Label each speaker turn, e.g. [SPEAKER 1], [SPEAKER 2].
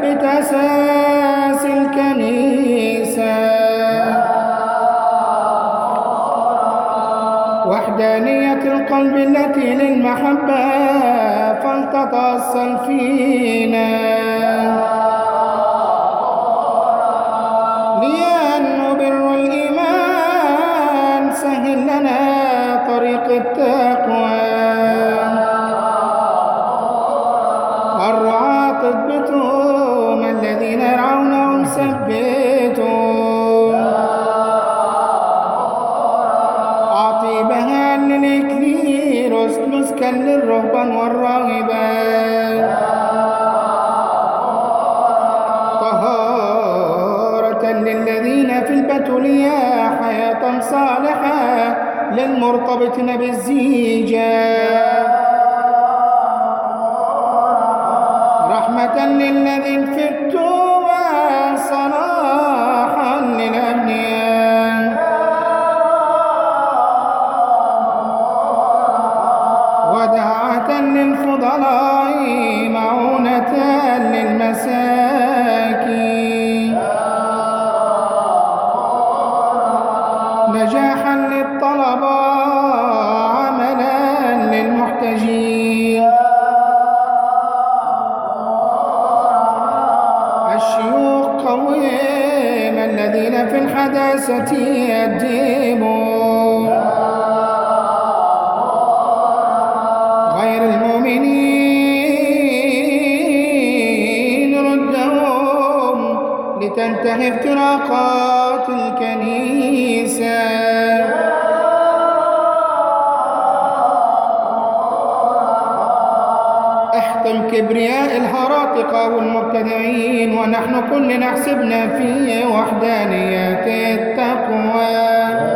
[SPEAKER 1] ثبت أساس الكنيسة، وحدانية القلب التي للمحبة فلتتأصل فينا، لأن بر الإيمان سهل لنا طريق التقوى. الرعاة اضبطوا، الذين يرعونهم ثبتوا. أعطي بهاء للإكليروس مسكا للرهبان والراهبات، طهارة للذين في البتولية، حياة صالحة للمرتبطين بالزيجة، رحمة للذين في التوبة، صلاحا للأبنياء، ودعاة للفضلاء، معونة للمساكين، نجاحا للطلبة، عملا للمحتاجين، الشيوخ قويم، الذين في الحداثة يديمون، غير المؤمنين ردهم لتنتهي افتراقات الكنيسة. احطم كبرياء الهراطقة والمبتدعين، ونحن كلنا حسبنا في وحدانية التقوى.